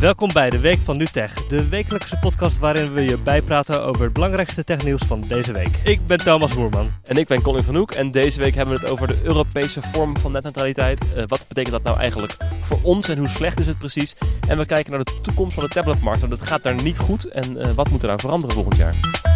Welkom bij de Week van NuTech, de wekelijkse podcast waarin we je bijpraten over het belangrijkste technieuws van deze week. Ik ben Thomas Boerman. En ik ben Colin van Hoek en deze week hebben we het over de Europese vorm van netneutraliteit. Wat betekent dat nou eigenlijk voor ons en hoe slecht is het precies? En we kijken naar de toekomst van de tabletmarkt, want het gaat daar niet goed en wat moet er nou veranderen volgend jaar?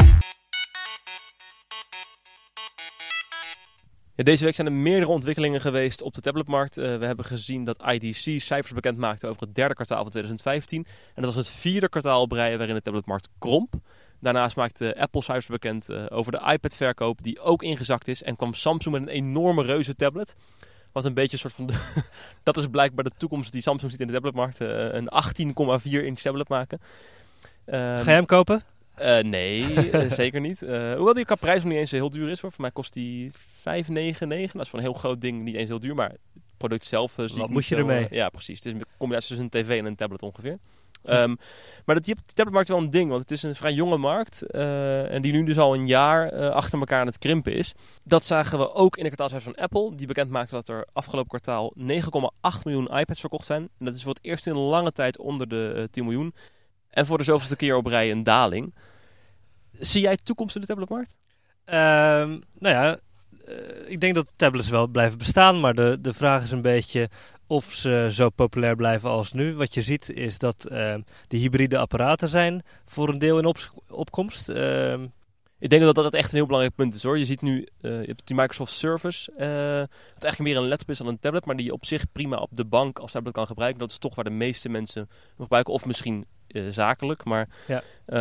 Ja, deze week zijn er meerdere ontwikkelingen geweest op de tabletmarkt. We hebben gezien dat IDC cijfers bekend maakte over het derde kwartaal van 2015. En dat was het vierde kwartaal op rij waarin de tabletmarkt kromp. Daarnaast maakte Apple cijfers bekend over de iPad-verkoop die ook ingezakt is. En kwam Samsung met een enorme reuze tablet. Wat een beetje een soort van... dat is blijkbaar de toekomst die Samsung ziet in de tabletmarkt. Een 18,4 inch tablet maken. Ga je hem kopen? Nee, zeker niet. Hoewel die qua prijs nog niet eens heel duur is. Hoor. Voor mij kost die €5,99. Dat is voor een heel groot ding niet eens heel duur. Maar het product zelf zie ik Wat niet moet je zo, ermee? Ja, precies. Het is een combinatie tussen een tv en een tablet ongeveer. Maar die tabletmarkt is wel een ding. Want het is een vrij jonge markt. En die nu dus al een jaar achter elkaar aan het krimpen is. Dat zagen we ook in de kwartaalcijfers van Apple. Die bekend maakte dat er afgelopen kwartaal 9,8 miljoen iPads verkocht zijn. En dat is voor het eerst in een lange tijd onder de 10 miljoen. En voor de zoveelste keer op rij een daling. Zie jij toekomst in de tabletmarkt? Ik denk dat tablets wel blijven bestaan. Maar de vraag is een beetje of ze zo populair blijven als nu. Wat je ziet is dat de hybride apparaten zijn voor een deel in opkomst. Ik denk dat echt een heel belangrijk punt is hoor. Je ziet nu je hebt die Microsoft Surface. Dat eigenlijk meer een laptop is dan een tablet. Maar die je op zich prima op de bank als tablet kan gebruiken. Dat is toch waar de meeste mensen hem gebruiken. Of misschien zakelijk. Maar, ja.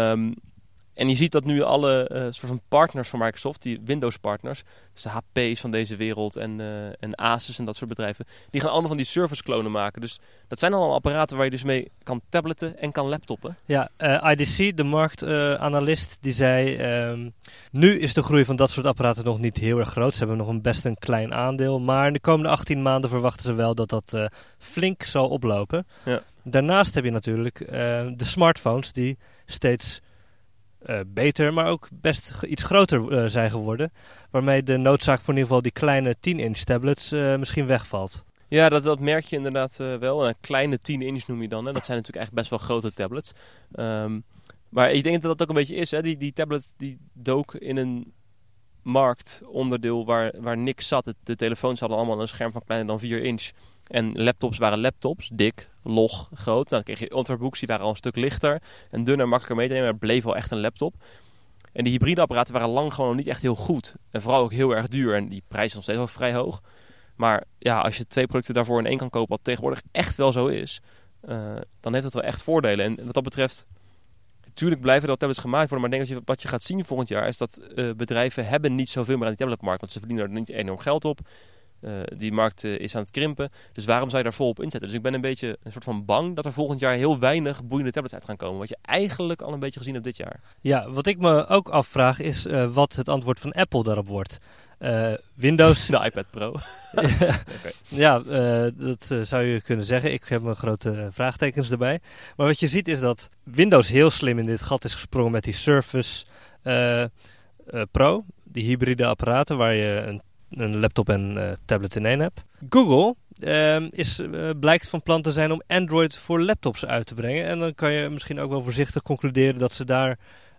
En je ziet dat nu alle soort van partners van Microsoft, die Windows partners, dus de HP's van deze wereld en Asus en dat soort bedrijven, die gaan allemaal van die Surface klonen maken. Dus dat zijn allemaal apparaten waar je dus mee kan tabletten en kan laptoppen. Ja, IDC, de marktanalist, die zei, nu is de groei van dat soort apparaten nog niet heel erg groot. Ze hebben nog best een klein aandeel, maar in de komende 18 maanden verwachten ze wel dat dat flink zal oplopen. Ja. Daarnaast heb je natuurlijk de smartphones die steeds beter, maar ook best iets groter zijn geworden. Waarmee de noodzaak voor in ieder geval die kleine 10-inch tablets misschien wegvalt. Ja, dat merk je inderdaad wel. Een kleine 10-inch noem je dan. Hè. Dat zijn natuurlijk echt best wel grote tablets. Maar ik denk dat dat ook een beetje is. Hè. Die tablet die dook in een marktonderdeel waar niks zat. De telefoons hadden allemaal een scherm van kleiner dan 4 inch. En laptops waren laptops, dik, log, groot. Nou, dan kreeg je ultrabooks, die waren al een stuk lichter en dunner, makkelijker mee te nemen. Maar het bleef wel echt een laptop. En die hybride apparaten waren lang gewoon nog niet echt heel goed. En vooral ook heel erg duur. En die prijs is nog steeds wel vrij hoog. Maar ja, als je 2 producten daarvoor in één kan kopen, wat tegenwoordig echt wel zo is, dan heeft het wel echt voordelen. En wat dat betreft, natuurlijk blijven er tablets gemaakt worden. Maar ik denk dat wat je gaat zien volgend jaar is dat bedrijven hebben niet zoveel meer aan die tabletmarkt. Want ze verdienen er niet enorm geld op. Die markt is aan het krimpen. Dus waarom zou je daar volop inzetten? Dus ik ben een beetje een soort van bang dat er volgend jaar heel weinig boeiende tablets uit gaan komen. Wat je eigenlijk al een beetje gezien hebt dit jaar. Ja, wat ik me ook afvraag is wat het antwoord van Apple daarop wordt. Windows... De iPad Pro. Ja, dat zou je kunnen zeggen. Ik heb mijn grote vraagtekens erbij. Maar wat je ziet is dat Windows heel slim in dit gat is gesprongen met die Surface Pro. Die hybride apparaten waar je een laptop en tablet in één hebt. Google blijkt van plan te zijn om Android voor laptops uit te brengen. En dan kan je misschien ook wel voorzichtig concluderen dat ze daar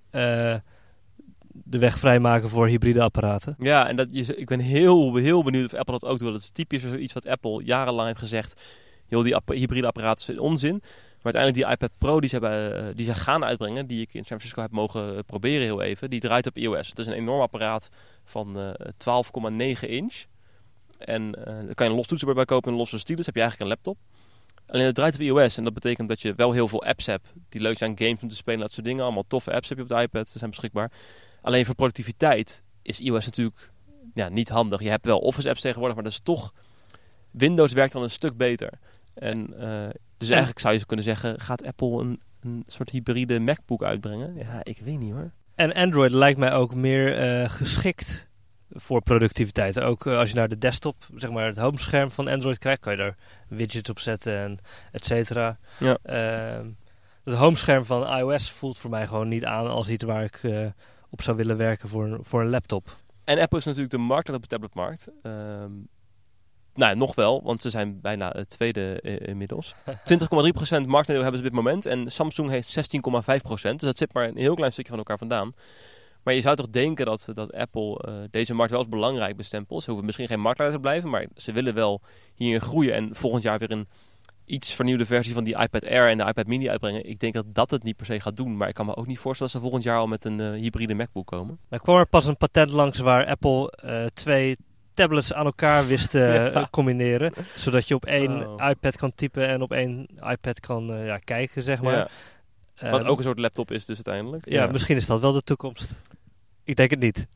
de weg vrijmaken voor hybride apparaten. Ja, en ik ben heel benieuwd of Apple dat ook doet. Dat is typisch zoiets wat Apple jarenlang heeft gezegd. Joh, die hybride apparaten zijn onzin. Maar uiteindelijk die iPad Pro die ze gaan uitbrengen, die ik in San Francisco heb mogen proberen heel even, die draait op iOS. Het is een enorm apparaat van 12,9 inch. En dan kan je een los toetsenbord bij kopen en een losse stylus. Heb je eigenlijk een laptop. Alleen het draait op iOS en dat betekent dat je wel heel veel apps hebt die leuk zijn, games om te spelen, dat soort dingen. Allemaal toffe apps heb je op de iPad, ze zijn beschikbaar. Alleen voor productiviteit is iOS natuurlijk niet handig. Je hebt wel Office apps tegenwoordig, maar dat is toch... Windows werkt dan een stuk beter. En dus eigenlijk zou je kunnen zeggen, gaat Apple een soort hybride MacBook uitbrengen? Ja, ik weet niet hoor. En Android lijkt mij ook meer geschikt voor productiviteit. Ook als je naar de desktop, zeg maar het homescherm van Android krijgt, kan je daar widgets op zetten en et cetera. Ja. Het homescherm van iOS voelt voor mij gewoon niet aan als iets waar ik op zou willen werken voor een laptop. En Apple is natuurlijk de markt op de tabletmarkt. nog wel, want ze zijn bijna het tweede inmiddels. 20,3% marktaandeel hebben ze op dit moment. En Samsung heeft 16,5%. Dus dat zit maar een heel klein stukje van elkaar vandaan. Maar je zou toch denken dat Apple deze markt wel als belangrijk bestempelt. Ze hoeven misschien geen marktleider te blijven, maar ze willen wel hierin groeien. En volgend jaar weer een iets vernieuwde versie van die iPad Air en de iPad Mini uitbrengen. Ik denk dat het niet per se gaat doen. Maar ik kan me ook niet voorstellen dat ze volgend jaar al met een hybride MacBook komen. Er kwam er pas een patent langs waar Apple 2 tablets aan elkaar wist te combineren. Zodat je op één iPad kan typen en op één iPad kan kijken, zeg maar. Ja. Wat ook een soort laptop is dus uiteindelijk. Ja, misschien is dat wel de toekomst. Ik denk het niet.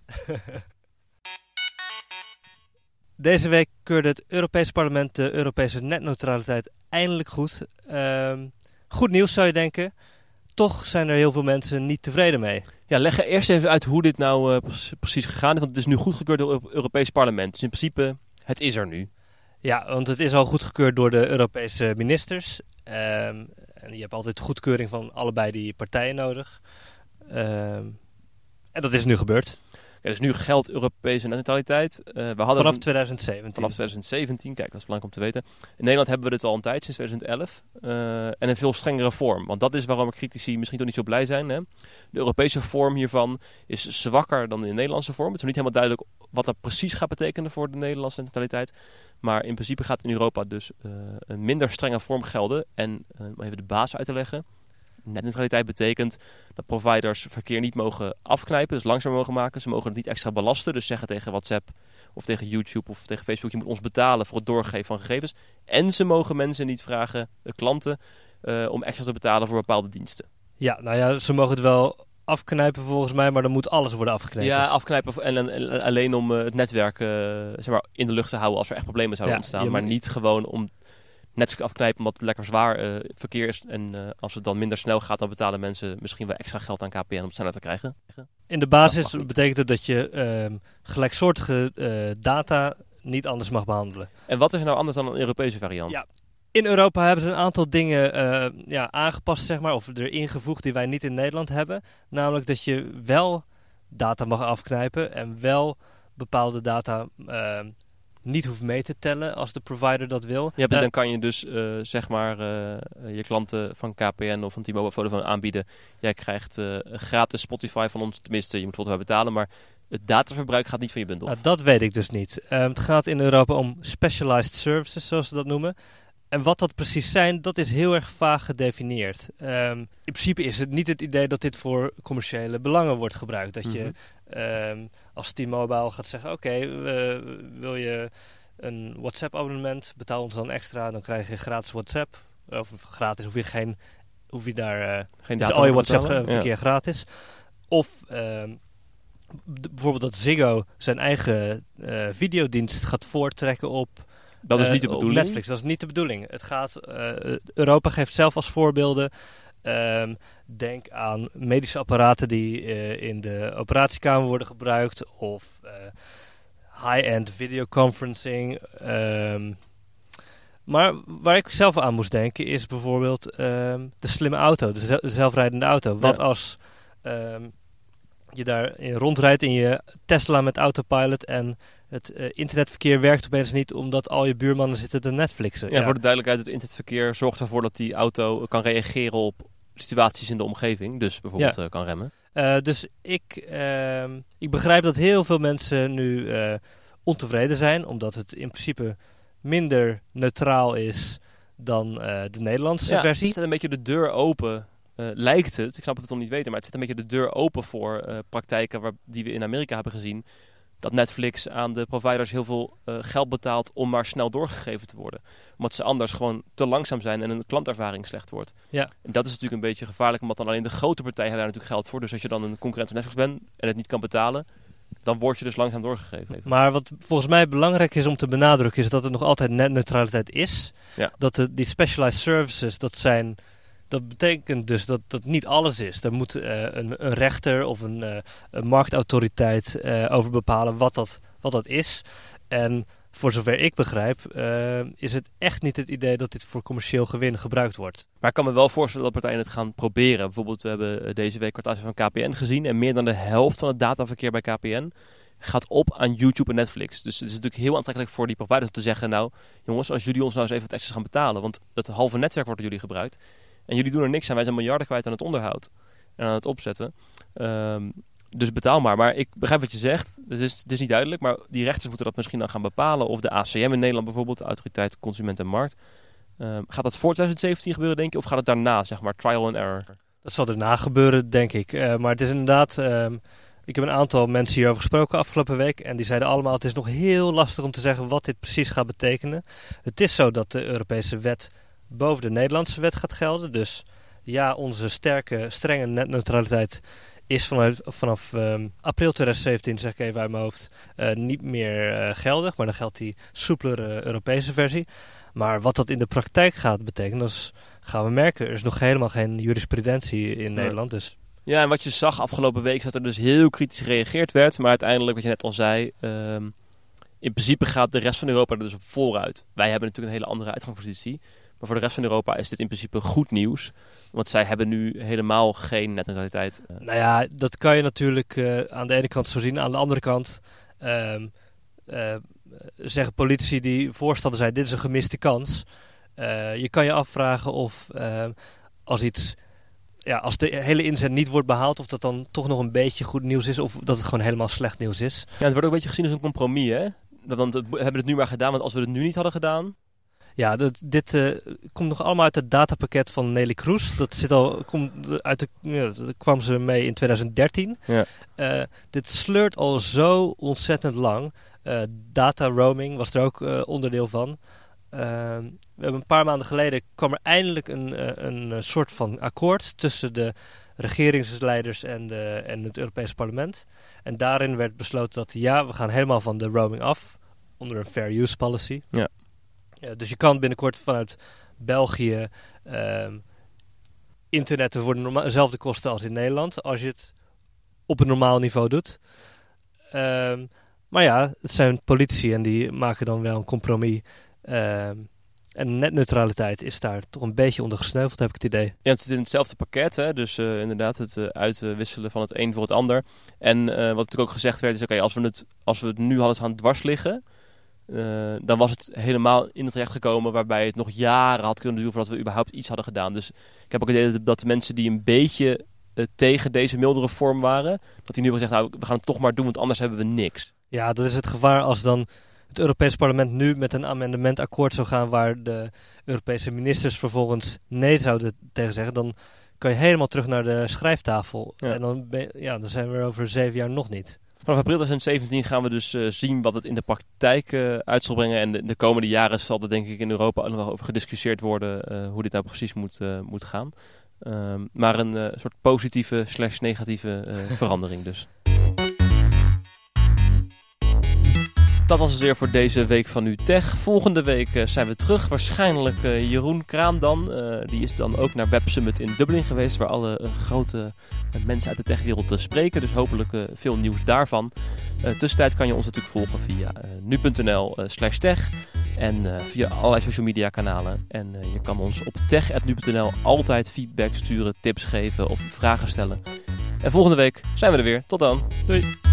Deze week keurde het Europees Parlement de Europese netneutraliteit eindelijk goed. Goed nieuws zou je denken. Toch zijn er heel veel mensen niet tevreden mee. Ja, leg eerst even uit hoe dit nou precies gegaan is. Want het is nu goedgekeurd door het Europees Parlement. Dus in principe, het is er nu. Ja, want het is al goedgekeurd door de Europese ministers. En je hebt altijd goedkeuring van allebei die partijen nodig. En dat is nu gebeurd. Ja, dus nu geldt Europese netneutraliteit. Vanaf 2017. Vanaf 2017, kijk, dat is belangrijk om te weten. In Nederland hebben we dit al een tijd, sinds 2011. En een veel strengere vorm. Want dat is waarom critici misschien toch niet zo blij zijn. Hè? De Europese vorm hiervan is zwakker dan de Nederlandse vorm. Het is nog niet helemaal duidelijk wat dat precies gaat betekenen voor de Nederlandse netneutraliteit. Maar in principe gaat in Europa dus een minder strenge vorm gelden. En om even de basis uit te leggen. Netneutraliteit betekent dat providers verkeer niet mogen afknijpen, dus langzamer mogen maken. Ze mogen het niet extra belasten, dus zeggen tegen WhatsApp of tegen YouTube of tegen Facebook, je moet ons betalen voor het doorgeven van gegevens. En ze mogen mensen niet vragen, klanten, om extra te betalen voor bepaalde diensten. Ja, nou ja, ze mogen het wel afknijpen volgens mij, maar dan moet alles worden afgeknepen. Ja, afknijpen en alleen om het netwerk zeg maar, in de lucht te houden als er echt problemen zouden ontstaan. Maar niet gewoon om netwerk afknijpen omdat het lekker zwaar verkeer is. En als het dan minder snel gaat, dan betalen mensen misschien wel extra geld aan KPN om het sneller te krijgen. In de basis betekent het dat je gelijksoortige data niet anders mag behandelen. En wat is er nou anders dan een Europese variant? Ja. In Europa hebben ze een aantal dingen aangepast, zeg maar, of erin gevoegd die wij niet in Nederland hebben. Namelijk dat je wel data mag afknijpen en wel bepaalde data niet hoeft mee te tellen als de provider dat wil. Ja, dan kan je dus zeg maar je klanten van KPN of van T-Mobile Vodafone aanbieden. Jij krijgt gratis Spotify van ons. Tenminste, je moet Spotify betalen, maar het dataverbruik gaat niet van je bundel. Nou, dat weet ik dus niet. Het gaat in Europa om specialized services, zoals ze dat noemen. En wat dat precies zijn, dat is heel erg vaag gedefinieerd. In principe is het niet het idee dat dit voor commerciële belangen wordt gebruikt. Dat je als T-Mobile gaat zeggen, oké, wil je een WhatsApp-abonnement, betaal ons dan extra, dan krijg je gratis WhatsApp. Of gratis, hoef je daar geen data data al je WhatsApp-verkeer gratis. Of bijvoorbeeld dat Ziggo zijn eigen videodienst gaat voortrekken op dat is niet de bedoeling. Netflix, dat is niet de bedoeling. Het gaat, Europa geeft zelf als voorbeelden. Denk aan medische apparaten die in de operatiekamer worden gebruikt. Of high-end videoconferencing. Maar waar ik zelf aan moest denken is bijvoorbeeld de slimme auto. De zelfrijdende auto. Wat als je daarin rondrijdt in je Tesla met autopilot en het internetverkeer werkt opeens niet omdat al je buurmannen zitten te Netflixen. Ja, voor de duidelijkheid, het internetverkeer zorgt ervoor dat die auto kan reageren op situaties in de omgeving. Dus bijvoorbeeld kan remmen. Dus ik begrijp dat heel veel mensen nu ontevreden zijn, omdat het in principe minder neutraal is dan de Nederlandse versie. Het zet een beetje de deur open. Lijkt het, ik snap het nog niet weten, maar het zet een beetje de deur open voor praktijken die we in Amerika hebben gezien. Dat Netflix aan de providers heel veel geld betaalt om maar snel doorgegeven te worden. Omdat ze anders gewoon te langzaam zijn en een klantervaring slecht wordt. Ja. En dat is natuurlijk een beetje gevaarlijk, omdat dan alleen de grote partijen hebben daar natuurlijk geld voor. Dus als je dan een concurrent van Netflix bent en het niet kan betalen, dan word je dus langzaam doorgegeven. Maar wat volgens mij belangrijk is om te benadrukken, is dat het nog altijd netneutraliteit is. Ja. Dat die specialized services, dat betekent dus dat dat niet alles is. Daar moet een rechter of een marktautoriteit over bepalen wat dat is. En voor zover ik begrijp, is het echt niet het idee dat dit voor commercieel gewin gebruikt wordt. Maar ik kan me wel voorstellen dat partijen het gaan proberen. Bijvoorbeeld, we hebben deze week kwartaalcijfers van KPN gezien. En meer dan de helft van het dataverkeer bij KPN gaat op aan YouTube en Netflix. Dus het is natuurlijk heel aantrekkelijk voor die providers om te zeggen, nou jongens, als jullie ons nou eens even wat extra's gaan betalen, want het halve netwerk wordt door jullie gebruikt en jullie doen er niks aan, wij zijn miljarden kwijt aan het onderhoud en aan het opzetten. Dus betaal maar ik begrijp wat je zegt, het is niet duidelijk, maar die rechters moeten dat misschien dan gaan bepalen, of de ACM in Nederland bijvoorbeeld, de Autoriteit Consument en Markt. Gaat dat voor 2017 gebeuren, denk je, of gaat het daarna, zeg maar, trial and error? Dat zal daarna gebeuren, denk ik. Maar het is inderdaad... ik heb een aantal mensen hierover gesproken afgelopen week. En die zeiden allemaal, het is nog heel lastig om te zeggen wat dit precies gaat betekenen. Het is zo dat de Europese wet boven de Nederlandse wet gaat gelden. Dus ja, onze strenge netneutraliteit is vanaf april 2017, zeg ik even uit mijn hoofd, niet meer geldig. Maar dan geldt die soepelere Europese versie. Maar wat dat in de praktijk gaat betekenen, dat gaan we merken. Er is nog helemaal geen jurisprudentie in Nederland. Dus. Ja, en wat je zag afgelopen week is dat er dus heel kritisch gereageerd werd. Maar uiteindelijk, wat je net al zei, in principe gaat de rest van Europa er dus op vooruit. Wij hebben natuurlijk een hele andere uitgangspositie. Maar voor de rest van Europa is dit in principe goed nieuws. Want zij hebben nu helemaal geen netneutraliteit. Nou ja, dat kan je natuurlijk aan de ene kant zo zien. Aan de andere kant zeggen politici die voorstander zijn, dit is een gemiste kans. Je kan je afvragen of als de hele inzet niet wordt behaald, of dat dan toch nog een beetje goed nieuws is, of dat het gewoon helemaal slecht nieuws is. Ja, het wordt ook een beetje gezien als een compromis, hè? Want we hebben het nu maar gedaan, want als we het nu niet hadden gedaan... Ja, dit komt nog allemaal uit het datapakket van Neelie Kroes. Dat kwam ze mee in 2013. Ja. Dit sleurt al zo ontzettend lang. Data roaming was er ook onderdeel van. We hebben een paar maanden geleden kwam er eindelijk een soort van akkoord tussen de regeringsleiders en het Europese parlement. En daarin werd besloten dat we gaan helemaal van de roaming af onder een fair use policy. Ja. Dus je kan binnenkort vanuit België internetten voor dezelfde kosten als in Nederland, als je het op een normaal niveau doet. Maar ja, het zijn politici en die maken dan wel een compromis. En netneutraliteit is daar toch een beetje onder gesneuveld, heb ik het idee. Ja, het zit in hetzelfde pakket, hè? Dus inderdaad het uitwisselen van het een voor het ander. En wat natuurlijk ook gezegd werd is, oké, als we het nu hadden gaan dwars liggen, dan was het helemaal in het terecht gekomen waarbij het nog jaren had kunnen duren voordat we überhaupt iets hadden gedaan. Dus ik heb ook het idee dat de mensen die een beetje tegen deze mildere vorm waren, dat die nu hebben gezegd, we gaan het toch maar doen, want anders hebben we niks. Ja, dat is het gevaar als dan het Europese parlement nu met een amendement akkoord zou gaan waar de Europese ministers vervolgens nee zouden tegen zeggen, dan kan je helemaal terug naar de schrijftafel. Ja. En dan zijn we er over 7 jaar nog niet. Vanaf april 2017 gaan we dus zien wat het in de praktijk uit zal brengen. En de komende jaren zal er denk ik in Europa ook nog wel over gediscussieerd worden hoe dit nou precies moet gaan. Maar een soort positieve / negatieve verandering dus. Dat was het weer voor deze week van NuTech. Volgende week zijn we terug. Waarschijnlijk Jeroen Kraam dan. Die is dan ook naar Web Summit in Dublin geweest. Waar alle grote mensen uit de techwereld spreken. Dus hopelijk veel nieuws daarvan. Tussentijd kan je ons natuurlijk volgen via nu.nl/tech. En via allerlei social media kanalen. En je kan ons op tech@nu.nl altijd feedback sturen, tips geven of vragen stellen. En volgende week zijn we er weer. Tot dan. Doei.